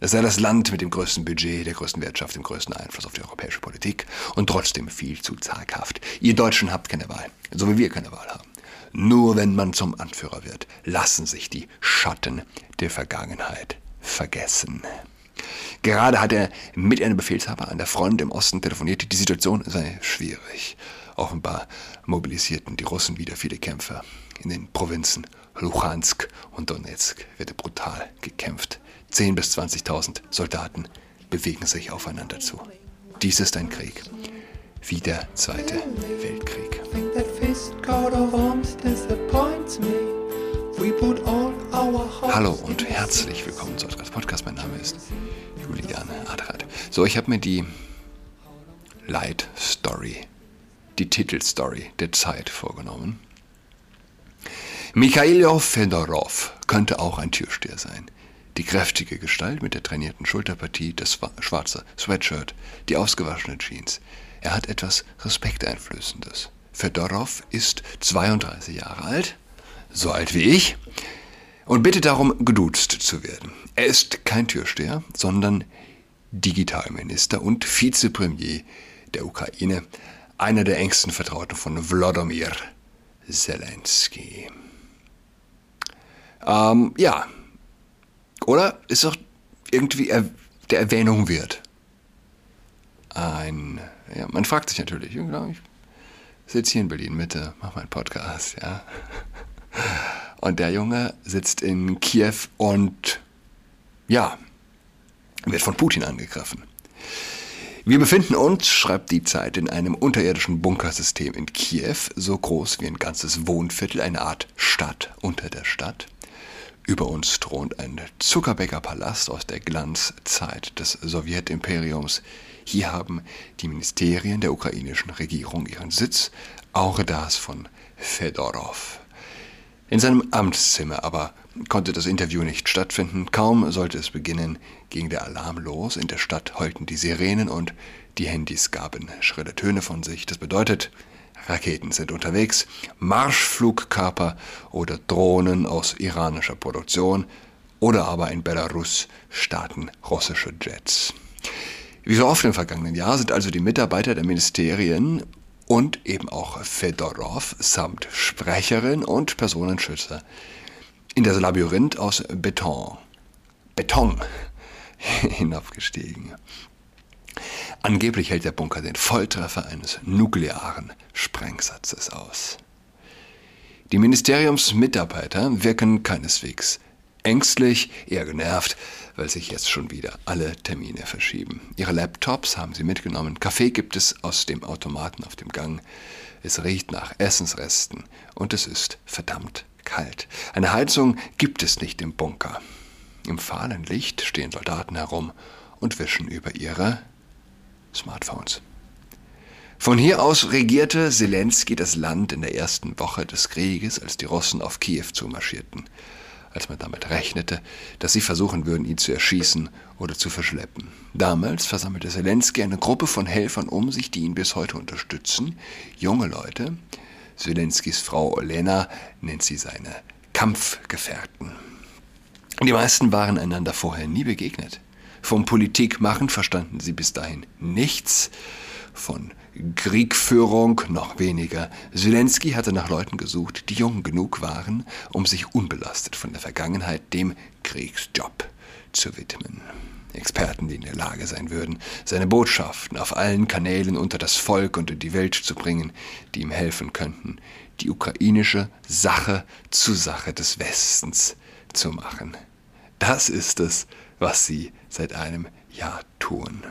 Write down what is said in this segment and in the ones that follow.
Es sei das Land mit dem größten Budget, der größten Wirtschaft, dem größten Einfluss auf die europäische Politik und trotzdem viel zu zaghaft. Ihr Deutschen habt keine Wahl, so wie wir keine Wahl haben. Nur wenn man zum Anführer wird, lassen sich die Schatten der Vergangenheit vergessen. Gerade hat er mit einem Befehlshaber an der Front im Osten telefoniert, die Situation sei schwierig. Offenbar mobilisierten die Russen wieder viele Kämpfer. In den Provinzen Luhansk und Donetsk wird brutal gekämpft. 10.000 bis 20.000 Soldaten bewegen sich aufeinander zu. Dies ist ein Krieg, wie der Zweite Weltkrieg. Hallo und herzlich willkommen zu unserem Podcast. Mein Name ist Julian Adrat. So, ich habe mir die Light Story, die Titelstory der Zeit vorgenommen. Michail Fedorov könnte auch ein Türsteher sein. Die kräftige Gestalt mit der trainierten Schulterpartie, das schwarze Sweatshirt, die ausgewaschene Jeans. Er hat etwas Respekteinflößendes. Fedorov ist 32 Jahre alt, so alt wie ich, und bittet darum, geduzt zu werden. Er ist kein Türsteher, sondern Digitalminister und Vizepremier der Ukraine, einer der engsten Vertrauten von Volodymyr Zelensky. Ja. Oder ist doch irgendwie der Erwähnung wert. Man fragt sich natürlich, ich sitze hier in Berlin Mitte, mache meinen Podcast, ja. Und der Junge sitzt in Kiew und, ja, wird von Putin angegriffen. Wir befinden uns, schreibt die Zeit, in einem unterirdischen Bunkersystem in Kiew, so groß wie ein ganzes Wohnviertel, eine Art Stadt unter der Stadt. Über uns thront ein Zuckerbäckerpalast aus der Glanzzeit des Sowjetimperiums. Hier haben die Ministerien der ukrainischen Regierung ihren Sitz, auch das von Fedorov. In seinem Amtszimmer aber konnte das Interview nicht stattfinden. Kaum sollte es beginnen, ging der Alarm los. In der Stadt heulten die Sirenen und die Handys gaben schrille Töne von sich. Das bedeutet, Raketen sind unterwegs, Marschflugkörper oder Drohnen aus iranischer Produktion oder aber in Belarus starten russische Jets. Wie so oft im vergangenen Jahr sind also die Mitarbeiter der Ministerien und eben auch Fedorov samt Sprecherin und Personenschützer in das Labyrinth aus Beton hinabgestiegen. Angeblich hält der Bunker den Volltreffer eines nuklearen Sprengsatzes aus. Die Ministeriumsmitarbeiter wirken keineswegs ängstlich, eher genervt, weil sich jetzt schon wieder alle Termine verschieben. Ihre Laptops haben sie mitgenommen, Kaffee gibt es aus dem Automaten auf dem Gang, es riecht nach Essensresten und es ist verdammt kalt. Eine Heizung gibt es nicht im Bunker. Im fahlen Licht stehen Soldaten herum und wischen über ihre Smartphones. Von hier aus regierte Zelensky das Land in der ersten Woche des Krieges, als die Russen auf Kiew zumarschierten, als man damit rechnete, dass sie versuchen würden, ihn zu erschießen oder zu verschleppen. Damals versammelte Zelensky eine Gruppe von Helfern um sich, die ihn bis heute unterstützen, junge Leute. Zelenskys Frau Olena nennt sie seine Kampfgefährten. Die meisten waren einander vorher nie begegnet. Vom Politikmachen verstanden sie bis dahin nichts, von Kriegführung noch weniger. Zelensky hatte nach Leuten gesucht, die jung genug waren, um sich unbelastet von der Vergangenheit dem Kriegsjob zu widmen. Experten, die in der Lage sein würden, seine Botschaften auf allen Kanälen unter das Volk und in die Welt zu bringen, die ihm helfen könnten, die ukrainische Sache zur Sache des Westens zu machen. Das ist es, was sie seit einem Jahr tun.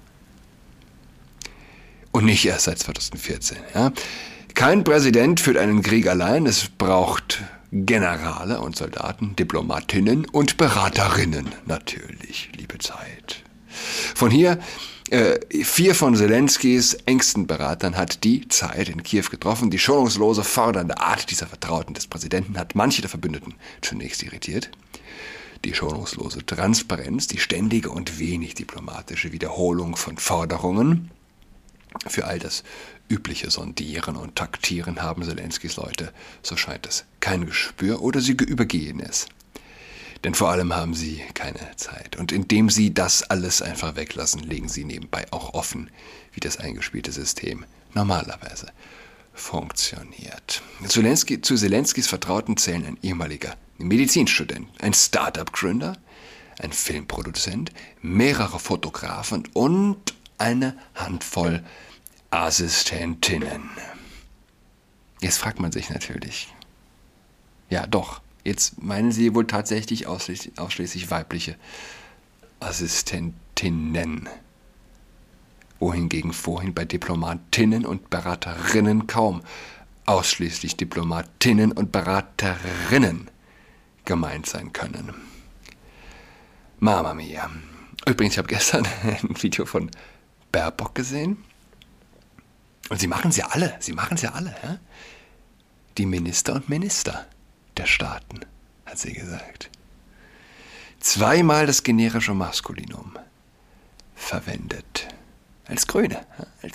Und nicht erst seit 2014. Ja? Kein Präsident führt einen Krieg allein. Es braucht Generale und Soldaten, Diplomatinnen und Beraterinnen natürlich, liebe Zeit. Von hier, 4 von Zelenskys engsten Beratern hat die Zeit in Kiew getroffen. Die schonungslose, fordernde Art dieser Vertrauten des Präsidenten hat manche der Verbündeten zunächst irritiert. Die schonungslose Transparenz, die ständige und wenig diplomatische Wiederholung von Forderungen. Für all das übliche Sondieren und Taktieren haben Zelenskys Leute, so scheint es, kein Gespür oder sie übergehen es. Denn vor allem haben sie keine Zeit. Und indem sie das alles einfach weglassen, legen sie nebenbei auch offen, wie das eingespielte System normalerweise funktioniert. Zu Zelenskys Vertrauten zählen ein ehemaliger Medizinstudent, ein Start-up-Gründer, ein Filmproduzent, mehrere Fotografen und eine Handvoll Assistentinnen. Jetzt fragt man sich natürlich, ja doch, jetzt meinen sie wohl tatsächlich ausschließlich weibliche Assistentinnen. Wohingegen vorhin bei Diplomatinnen und Beraterinnen kaum ausschließlich Diplomatinnen und Beraterinnen gemeint sein können. Mama mia. Übrigens, ich habe gestern ein Video von Baerbock gesehen. Und sie machen es ja alle. Ja? Die Minister und Minister der Staaten, hat sie gesagt. Zweimal das generische Maskulinum verwendet. Als Grüne.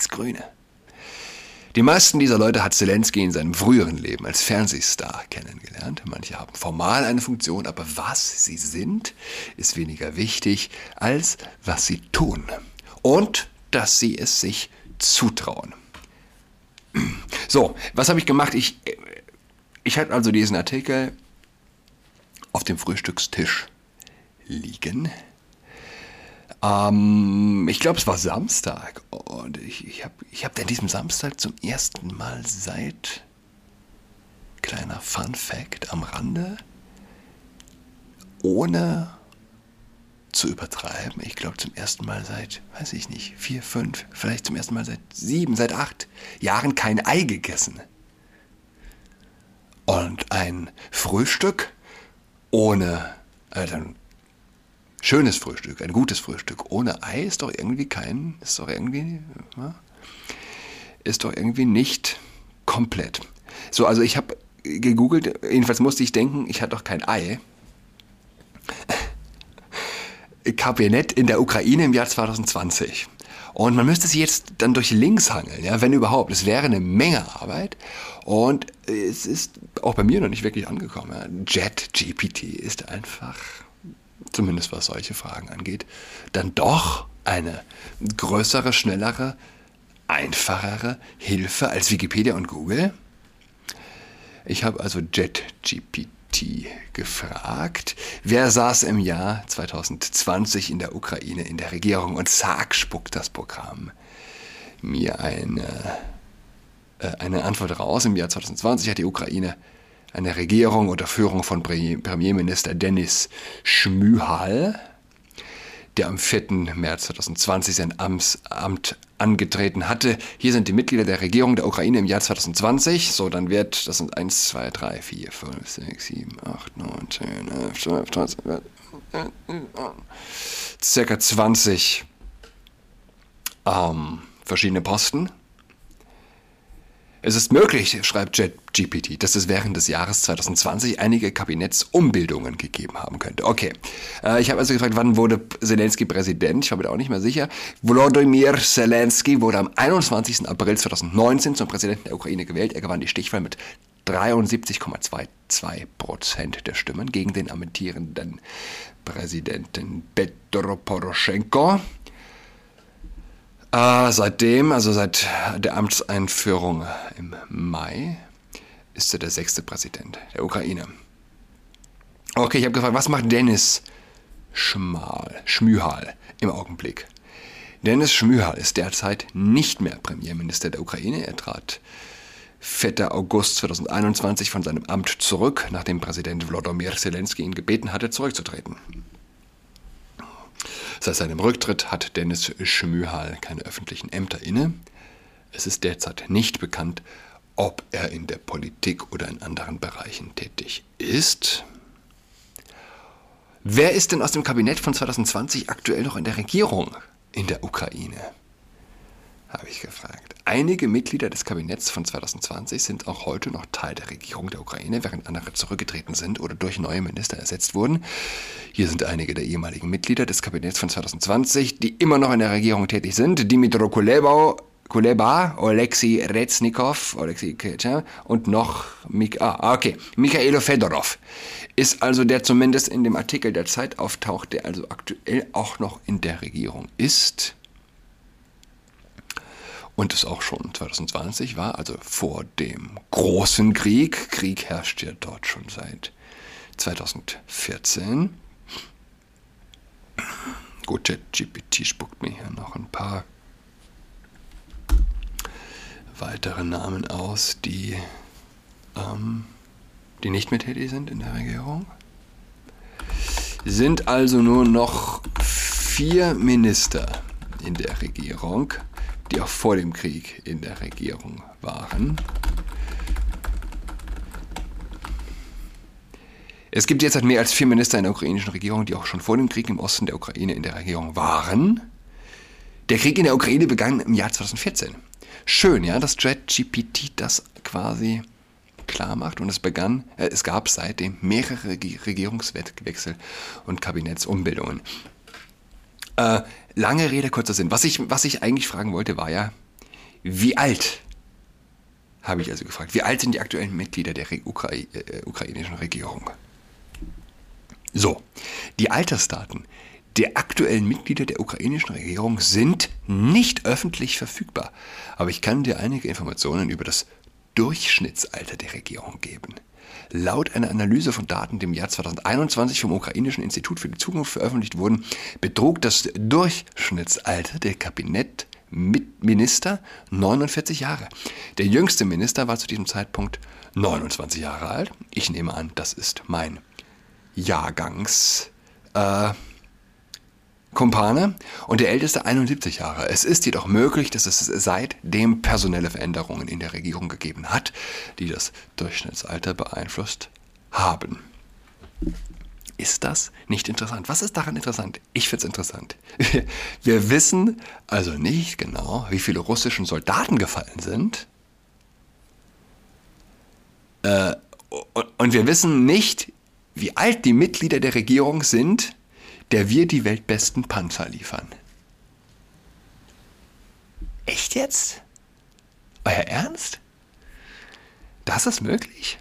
Die meisten dieser Leute hat Zelensky in seinem früheren Leben als Fernsehstar kennengelernt. Manche haben formal eine Funktion, aber was sie sind, ist weniger wichtig, als was sie tun. Und dass sie es sich zutrauen. So, was habe ich gemacht? Ich hatte also diesen Artikel auf dem Frühstückstisch liegen. Ich glaube, es war Samstag und ich hab an diesem Samstag zum ersten Mal seit, kleiner Fun Fact am Rande, ohne zu übertreiben, ich glaube zum ersten Mal seit, weiß ich nicht, 4, 5, vielleicht zum ersten Mal seit 7, seit 8 Jahren kein Ei gegessen. Und ein Frühstück ohne, schönes Frühstück, ein gutes Frühstück ohne Ei ist doch irgendwie nicht komplett. So, also ich habe gegoogelt, jedenfalls musste ich denken, ich hatte doch kein Ei. Kabinett in der Ukraine im Jahr 2020. Und man müsste sich jetzt dann durch Links hangeln, ja, wenn überhaupt. Es wäre eine Menge Arbeit und es ist auch bei mir noch nicht wirklich angekommen. Ja. JetGPT ist einfach, zumindest was solche Fragen angeht, dann doch eine größere, schnellere, einfachere Hilfe als Wikipedia und Google. Ich habe also JetGPT gefragt, wer saß im Jahr 2020 in der Ukraine in der Regierung, und zack, spuckt das Programm mir eine Antwort raus. Im Jahr 2020 hat die Ukraine eine Regierung unter Führung von Premierminister Denis Schmyhal, der am 4. März 2020 sein Amt angetreten hatte. Hier sind die Mitglieder der Regierung der Ukraine im Jahr 2020. So, dann wird, das sind 1, 2, 3, 4, 5, 6, 7, 8, 9, 10, 11, 12, 13, circa 20 verschiedene Posten. Es ist möglich, schreibt JetGPT, dass es während des Jahres 2020 einige Kabinettsumbildungen gegeben haben könnte. Okay, ich habe also gefragt, wann wurde Zelensky Präsident? Ich war mir da auch nicht mehr sicher. Volodymyr Zelensky wurde am 21. April 2019 zum Präsidenten der Ukraine gewählt. Er gewann die Stichwahl mit 73,22% der Stimmen gegen den amtierenden Präsidenten Petro Poroschenko. Seitdem, also seit der Amtseinführung im Mai, ist er der 6. Präsident der Ukraine. Okay, ich habe gefragt, was macht Denis Schmyhal im Augenblick? Denis Schmyhal ist derzeit nicht mehr Premierminister der Ukraine. Er trat 4. August 2021 von seinem Amt zurück, nachdem Präsident Volodymyr Zelensky ihn gebeten hatte, zurückzutreten. Seit seinem Rücktritt hat Denis Schmyhal keine öffentlichen Ämter inne. Es ist derzeit nicht bekannt, ob er in der Politik oder in anderen Bereichen tätig ist. Wer ist denn aus dem Kabinett von 2020 aktuell noch in der Regierung in der Ukraine? Habe ich gefragt. Einige Mitglieder des Kabinetts von 2020 sind auch heute noch Teil der Regierung der Ukraine, während andere zurückgetreten sind oder durch neue Minister ersetzt wurden. Hier sind einige der ehemaligen Mitglieder des Kabinetts von 2020, die immer noch in der Regierung tätig sind. Dmytro Kuleba, Oleksiy Reznikov, und noch Michailo Fedorov ist also der zumindest in dem Artikel der Zeit auftaucht, der also aktuell auch noch in der Regierung ist und es auch schon 2020 war, also vor dem großen Krieg. Krieg herrscht ja dort schon seit 2014. Gut, ChatGPT spuckt mir hier noch ein paar weitere Namen aus, die nicht mehr tätig sind in der Regierung. Sind also nur noch 4 Minister in der Regierung, die auch vor dem Krieg in der Regierung waren. Es gibt jetzt mehr als 4 Minister in der ukrainischen Regierung, die auch schon vor dem Krieg im Osten der Ukraine in der Regierung waren. Der Krieg in der Ukraine begann im Jahr 2014. Schön, ja, dass ChatGPT das quasi klar macht. Und es gab seitdem mehrere Regierungswechsel und Kabinettsumbildungen. Lange Rede, kurzer Sinn. Was ich eigentlich fragen wollte, war ja, wie alt, habe ich also gefragt, wie alt sind die aktuellen Mitglieder der ukrainischen Regierung? So, die Altersdaten der aktuellen Mitglieder der ukrainischen Regierung sind nicht öffentlich verfügbar. Aber ich kann dir einige Informationen über das Durchschnittsalter der Regierung geben. Laut einer Analyse von Daten, die im Jahr 2021 vom Ukrainischen Institut für die Zukunft veröffentlicht wurden, betrug das Durchschnittsalter der Kabinett-Minister 49 Jahre. Der jüngste Minister war zu diesem Zeitpunkt 29 Jahre alt. Ich nehme an, das ist mein Kumpane, und der älteste 71 Jahre. Es ist jedoch möglich, dass es seitdem personelle Veränderungen in der Regierung gegeben hat, die das Durchschnittsalter beeinflusst haben. Ist das nicht interessant? Was ist daran interessant? Ich finde es interessant. Wir wissen also nicht genau, wie viele russischen Soldaten gefallen sind. Und wir wissen nicht, wie alt die Mitglieder der Regierung sind, der wir die weltbesten Panzer liefern. Echt jetzt? Euer Ernst? Das ist möglich?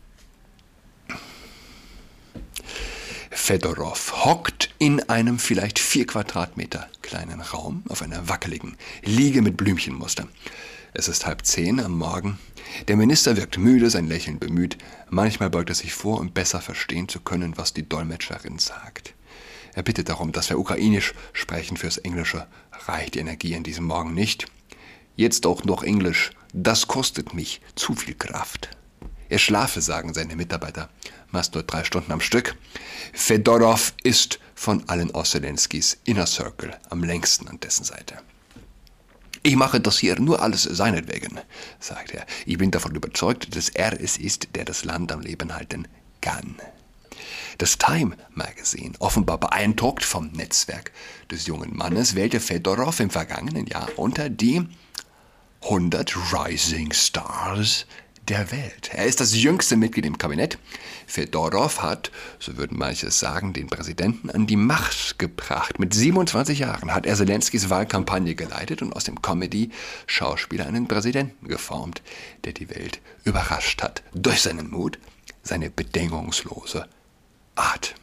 Fedorov hockt in einem vielleicht 4 Quadratmeter kleinen Raum auf einer wackeligen Liege mit Blümchenmuster. Es ist 9:30 am Morgen. Der Minister wirkt müde, sein Lächeln bemüht. Manchmal beugt er sich vor, um besser verstehen zu können, was die Dolmetscherin sagt. Er bittet darum, dass wir Ukrainisch sprechen. Fürs Englische reicht die Energie an diesem Morgen nicht. Jetzt auch noch Englisch. Das kostet mich zu viel Kraft. Er schlafe, sagen seine Mitarbeiter, meist nur 3 Stunden am Stück. Fedorov ist von allen aus Zelenskys Inner Circle am längsten an dessen Seite. Ich mache das hier nur alles seinetwegen, sagt er. Ich bin davon überzeugt, dass er es ist, der das Land am Leben halten kann. Das Time Magazine, offenbar beeindruckt vom Netzwerk des jungen Mannes, wählte Fedorov im vergangenen Jahr unter die 100 Rising Stars der Welt. Er ist das jüngste Mitglied im Kabinett. Fedorov hat, so würden manche sagen, den Präsidenten an die Macht gebracht. Mit 27 Jahren hat er Zelenskys Wahlkampagne geleitet und aus dem Comedy-Schauspieler einen Präsidenten geformt, der die Welt überrascht hat durch seinen Mut, seine bedingungslose Art.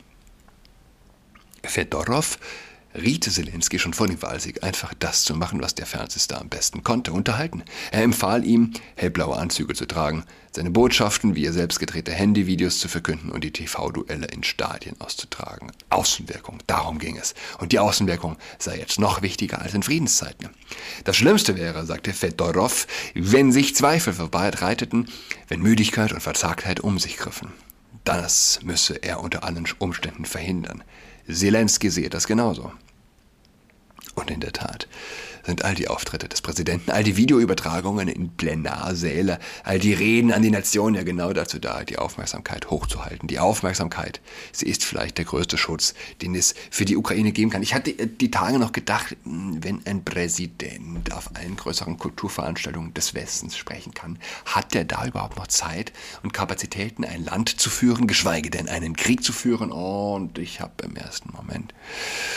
Fedorov riet Zelensky schon vor dem Wahlsieg, einfach das zu machen, was der Fernsehstar am besten konnte: unterhalten. Er empfahl ihm, hellblaue Anzüge zu tragen, seine Botschaften via selbst gedrehte Handyvideos zu verkünden und die TV-Duelle in Stadien auszutragen. Außenwirkung, darum ging es. Und die Außenwirkung sei jetzt noch wichtiger als in Friedenszeiten. Das Schlimmste wäre, sagte Fedorov, wenn sich Zweifel verbreiteten, wenn Müdigkeit und Verzagtheit um sich griffen. Das müsse er unter allen Umständen verhindern. Zelensky sehe das genauso. Und in der Tat sind all die Auftritte des Präsidenten, all die Videoübertragungen in Plenarsäle, all die Reden an die Nation ja genau dazu da, die Aufmerksamkeit hochzuhalten. Die Aufmerksamkeit, sie ist vielleicht der größte Schutz, den es für die Ukraine geben kann. Ich hatte die Tage noch gedacht, wenn ein Präsident auf allen größeren Kulturveranstaltungen des Westens sprechen kann, hat der da überhaupt noch Zeit und Kapazitäten, ein Land zu führen, geschweige denn einen Krieg zu führen? Und ich habe im ersten Moment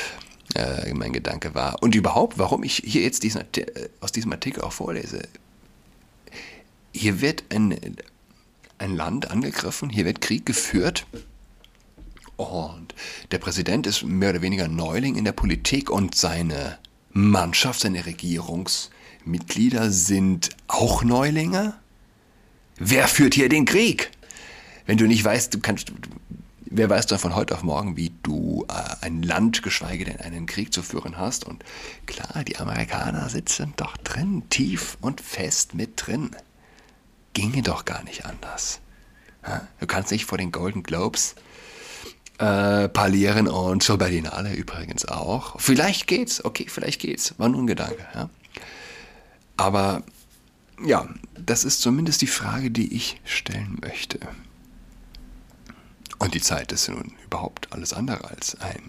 mein Gedanke war. Und überhaupt, warum ich hier jetzt aus diesem Artikel auch vorlese. Hier wird ein Land angegriffen, hier wird Krieg geführt und der Präsident ist mehr oder weniger Neuling in der Politik und seine Mannschaft, seine Regierungsmitglieder sind auch Neulinge. Wer führt hier den Krieg? Wenn du nicht weißt, wer weiß dann von heute auf morgen, wie du ein Land, geschweige denn einen Krieg zu führen hast? Und klar, die Amerikaner sitzen doch drin, tief und fest mit drin. Ginge doch gar nicht anders. Du kannst nicht vor den Golden Globes parlieren und zur Berlinale übrigens auch. Vielleicht geht's, okay, vielleicht geht's. War nur ein Gedanke. Ja? Aber ja, das ist zumindest die Frage, die ich stellen möchte. Und die Zeit ist nun überhaupt alles andere als ein,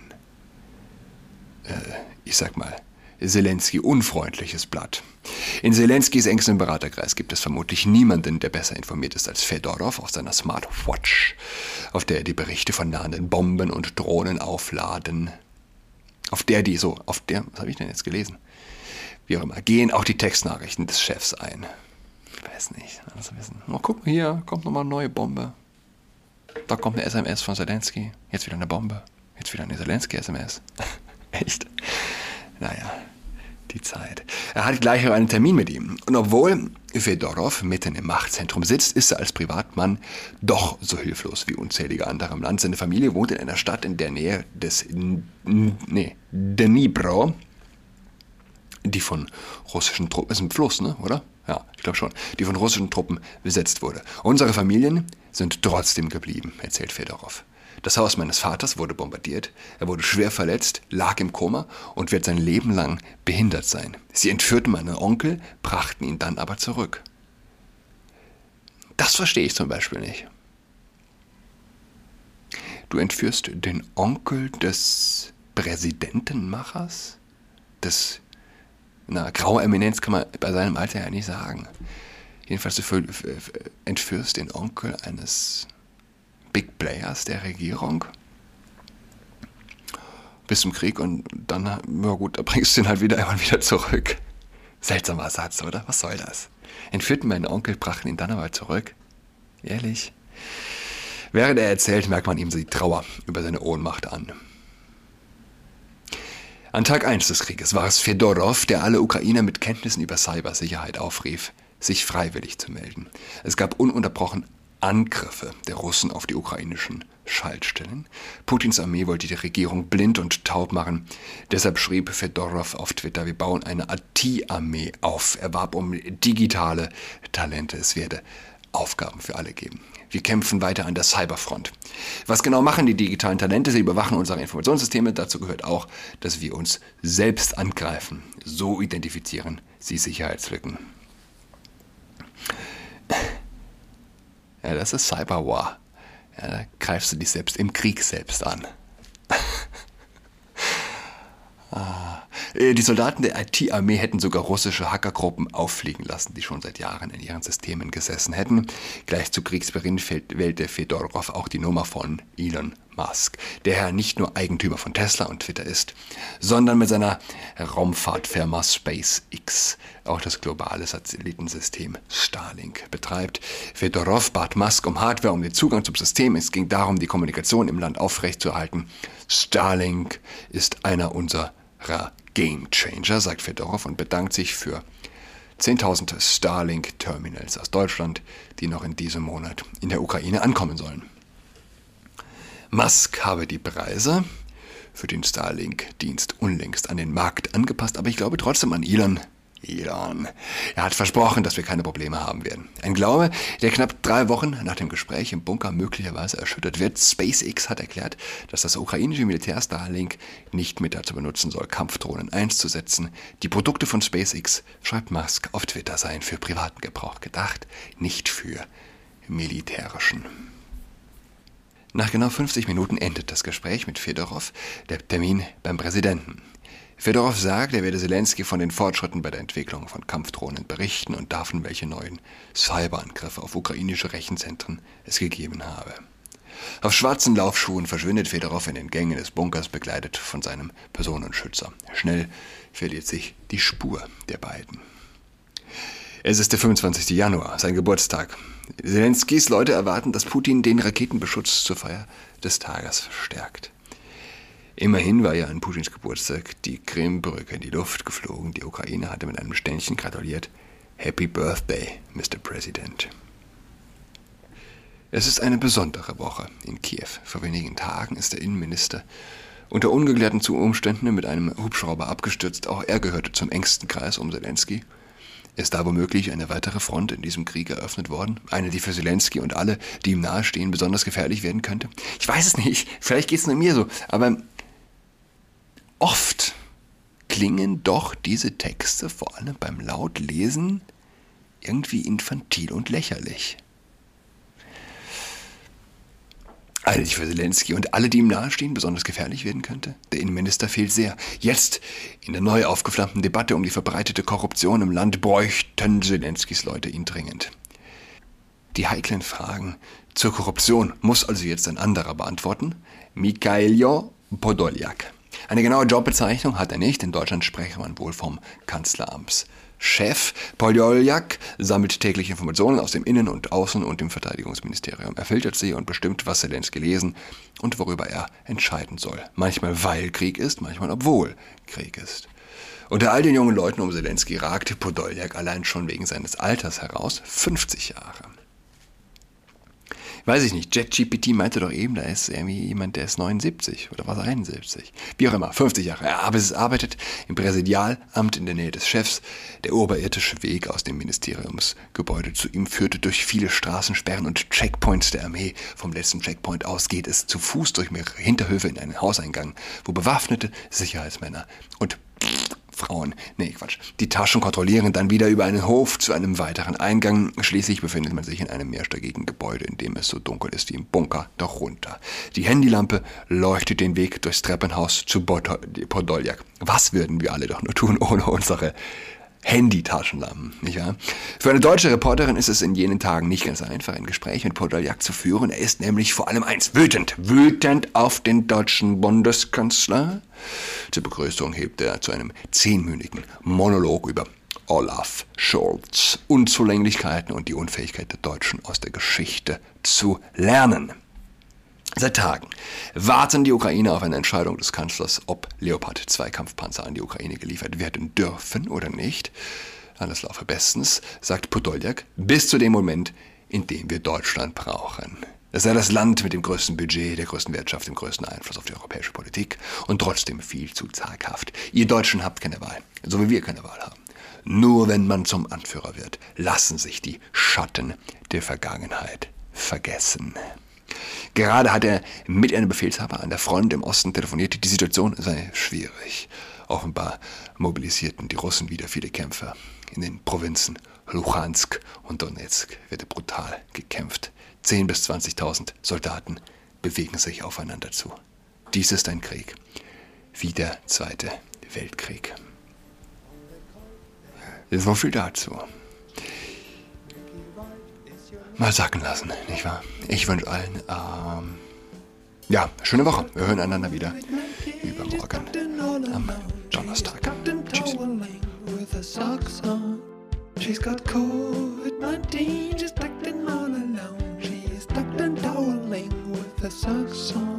ich sag mal, Zelensky-unfreundliches Blatt. In Zelenskys engstem Beraterkreis gibt es vermutlich niemanden, der besser informiert ist als Fedorov auf seiner Smartwatch, auf der er die Berichte von nahenden Bomben und Drohnen aufladen. Was habe ich denn jetzt gelesen? Wie auch immer, gehen auch die Textnachrichten des Chefs ein. Ich weiß nicht, alles wissen. Oh, guck mal, hier kommt nochmal eine neue Bombe. Da kommt eine SMS von Zelensky. Jetzt wieder eine Bombe. Jetzt wieder eine Zelensky-SMS. Echt? Naja, die Zeit. Er hat gleich einen Termin mit ihm. Und obwohl Fedorov mitten im Machtzentrum sitzt, ist er als Privatmann doch so hilflos wie unzählige andere im Land. Seine Familie wohnt in einer Stadt in der Nähe des Dnipro, die von russischen Truppen, ist ein Fluss, ne, oder? Ja, ich glaube schon, die von russischen Truppen besetzt wurde. Unsere Familien sind trotzdem geblieben, erzählt Fedorov. Das Haus meines Vaters wurde bombardiert, er wurde schwer verletzt, lag im Koma und wird sein Leben lang behindert sein. Sie entführten meinen Onkel, brachten ihn dann aber zurück. Das verstehe ich zum Beispiel nicht. Du entführst den Onkel des Präsidentenmachers? Graue Eminenz kann man bei seinem Alter ja nicht sagen. Jedenfalls, du entführst den Onkel eines Big Players der Regierung bis zum Krieg und dann, ja gut, da bringst du ihn halt immer wieder zurück. Seltsamer Satz, oder? Was soll das? Entführten meinen Onkel, brachten ihn dann aber zurück. Ehrlich? Während er erzählt, merkt man ihm die Trauer über seine Ohnmacht an. An Tag 1 des Krieges war es Fedorov, der alle Ukrainer mit Kenntnissen über Cybersicherheit aufrief, sich freiwillig zu melden. Es gab ununterbrochen Angriffe der Russen auf die ukrainischen Schaltstellen. Putins Armee wollte die Regierung blind und taub machen. Deshalb schrieb Fedorov auf Twitter, wir bauen eine IT-Armee auf. Er warb um digitale Talente. Es werde Aufgaben für alle geben. Wir kämpfen weiter an der Cyberfront. Was genau machen die digitalen Talente? Sie überwachen unsere Informationssysteme. Dazu gehört auch, dass wir uns selbst angreifen. So identifizieren sie Sicherheitslücken. Ja, das ist Cyberwar. Ja, da greifst du dich selbst im Krieg selbst an. Die Soldaten der IT-Armee hätten sogar russische Hackergruppen auffliegen lassen, die schon seit Jahren in ihren Systemen gesessen hätten. Gleich zu Kriegsbeginn wählte Fedorov auch die Nummer von Elon Musk, der ja nicht nur Eigentümer von Tesla und Twitter ist, sondern mit seiner Raumfahrtfirma SpaceX auch das globale Satellitensystem Starlink betreibt. Fedorov bat Musk um Hardware, um den Zugang zum System. Es ging darum, die Kommunikation im Land aufrechtzuerhalten. Starlink ist einer unserer Game Changer, sagt Fedorov und bedankt sich für 10.000 Starlink-Terminals aus Deutschland, die noch in diesem Monat in der Ukraine ankommen sollen. Musk habe die Preise für den Starlink-Dienst unlängst an den Markt angepasst, aber ich glaube trotzdem an Elon. Er hat versprochen, dass wir keine Probleme haben werden. Ein Glaube, der knapp 3 Wochen nach dem Gespräch im Bunker möglicherweise erschüttert wird. SpaceX hat erklärt, dass das ukrainische Militär Starlink nicht mehr dazu benutzen soll, Kampfdrohnen einzusetzen. Die Produkte von SpaceX, schreibt Musk auf Twitter, seien für privaten Gebrauch gedacht, nicht für militärischen. Nach genau 50 Minuten endet das Gespräch mit Fedorov, der Termin beim Präsidenten. Fedorov sagt, er werde Zelensky von den Fortschritten bei der Entwicklung von Kampfdrohnen berichten und davon, welche neuen Cyberangriffe auf ukrainische Rechenzentren es gegeben habe. Auf schwarzen Laufschuhen verschwindet Fedorow in den Gängen des Bunkers, begleitet von seinem Personenschützer. Schnell verliert sich die Spur der beiden. Es ist der 25. Januar, sein Geburtstag. Zelenskys Leute erwarten, dass Putin den Raketenbeschutz zur Feier des Tages verstärkt. Immerhin war ja an Putins Geburtstag die Krimbrücke in die Luft geflogen. Die Ukraine hatte mit einem Ständchen gratuliert. Happy Birthday, Mr. President. Es ist eine besondere Woche in Kiew. Vor wenigen Tagen ist der Innenminister unter ungeklärten Umständen mit einem Hubschrauber abgestürzt. Auch er gehörte zum engsten Kreis um Zelensky. Ist da womöglich eine weitere Front in diesem Krieg eröffnet worden? Eine, die für Zelensky und alle, die ihm nahestehen, besonders gefährlich werden könnte? Ich weiß es nicht. Vielleicht geht es nur mir so. Aber oft klingen doch diese Texte, vor allem beim Lautlesen, irgendwie infantil und lächerlich. Eine, die für Zelensky und alle, die ihm nahestehen, besonders gefährlich werden könnte? Der Innenminister fehlt sehr. Jetzt, in der neu aufgeflammten Debatte um die verbreitete Korruption im Land, bräuchten Zelenskys Leute ihn dringend. Die heiklen Fragen zur Korruption muss also jetzt ein anderer beantworten. Mikhailo Podoljak. Eine genaue Jobbezeichnung hat er nicht. In Deutschland spreche man wohl vom Kanzleramtschef. Podoljak sammelt täglich Informationen aus dem Innen- und Außen- und dem Verteidigungsministerium. Er filtert sie und bestimmt, was Zelensky lesen und worüber er entscheiden soll. Manchmal weil Krieg ist, manchmal obwohl Krieg ist. Unter all den jungen Leuten um Zelensky ragt Podoljak allein schon wegen seines Alters heraus 50 Jahre. Weiß ich nicht, ChatGPT meinte doch eben, da ist irgendwie jemand, der ist 79 oder was 71. Wie auch immer, 50 Jahre. Ja, aber es arbeitet im Präsidialamt in der Nähe des Chefs. Der oberirdische Weg aus dem Ministeriumsgebäude zu ihm führte durch viele Straßensperren und Checkpoints der Armee. Vom letzten Checkpoint aus geht es zu Fuß durch mehrere Hinterhöfe in einen Hauseingang, wo bewaffnete Sicherheitsmänner und Frauen, die Taschen kontrollieren, dann wieder über einen Hof zu einem weiteren Eingang. Schließlich befindet man sich in einem mehrstöckigen Gebäude, in dem es so dunkel ist wie im Bunker darunter. Die Handylampe leuchtet den Weg durchs Treppenhaus zu Podoljak. Was würden wir alle doch nur tun ohne unsere Handy-Taschenlampen, nicht wahr? Für eine deutsche Reporterin ist es in jenen Tagen nicht ganz einfach, ein Gespräch mit Podoljak zu führen. Er ist nämlich vor allem eins, wütend auf den deutschen Bundeskanzler. Zur Begrüßung hebt er zu einem 10-minütigen Monolog über Olaf Scholz, Unzulänglichkeiten und die Unfähigkeit der Deutschen aus der Geschichte zu lernen. Seit Tagen warten die Ukrainer auf eine Entscheidung des Kanzlers, ob Leopard 2 Kampfpanzer an die Ukraine geliefert werden dürfen oder nicht. Alles laufe bestens, sagt Podoljak, bis zu dem Moment, in dem wir Deutschland brauchen. Es sei das Land mit dem größten Budget, der größten Wirtschaft, dem größten Einfluss auf die europäische Politik und trotzdem viel zu zaghaft. Ihr Deutschen habt keine Wahl, so wie wir keine Wahl haben. Nur wenn man zum Anführer wird, lassen sich die Schatten der Vergangenheit vergessen. Gerade hat er mit einem Befehlshaber an der Front im Osten telefoniert, die Situation sei schwierig. Offenbar mobilisierten die Russen wieder viele Kämpfer. In den Provinzen Luhansk und Donetsk wird brutal gekämpft. 10.000 bis 20.000 Soldaten bewegen sich aufeinander zu. Dies ist ein Krieg, wie der Zweite Weltkrieg. So viel dazu. Mal sacken lassen, nicht wahr? Ich wünsche allen, schöne Woche. Wir hören einander wieder übermorgen am Donnerstag. Tschüss. She's got COVID-19, she's tucked in all alone. She's tucked and toweling with her socks on.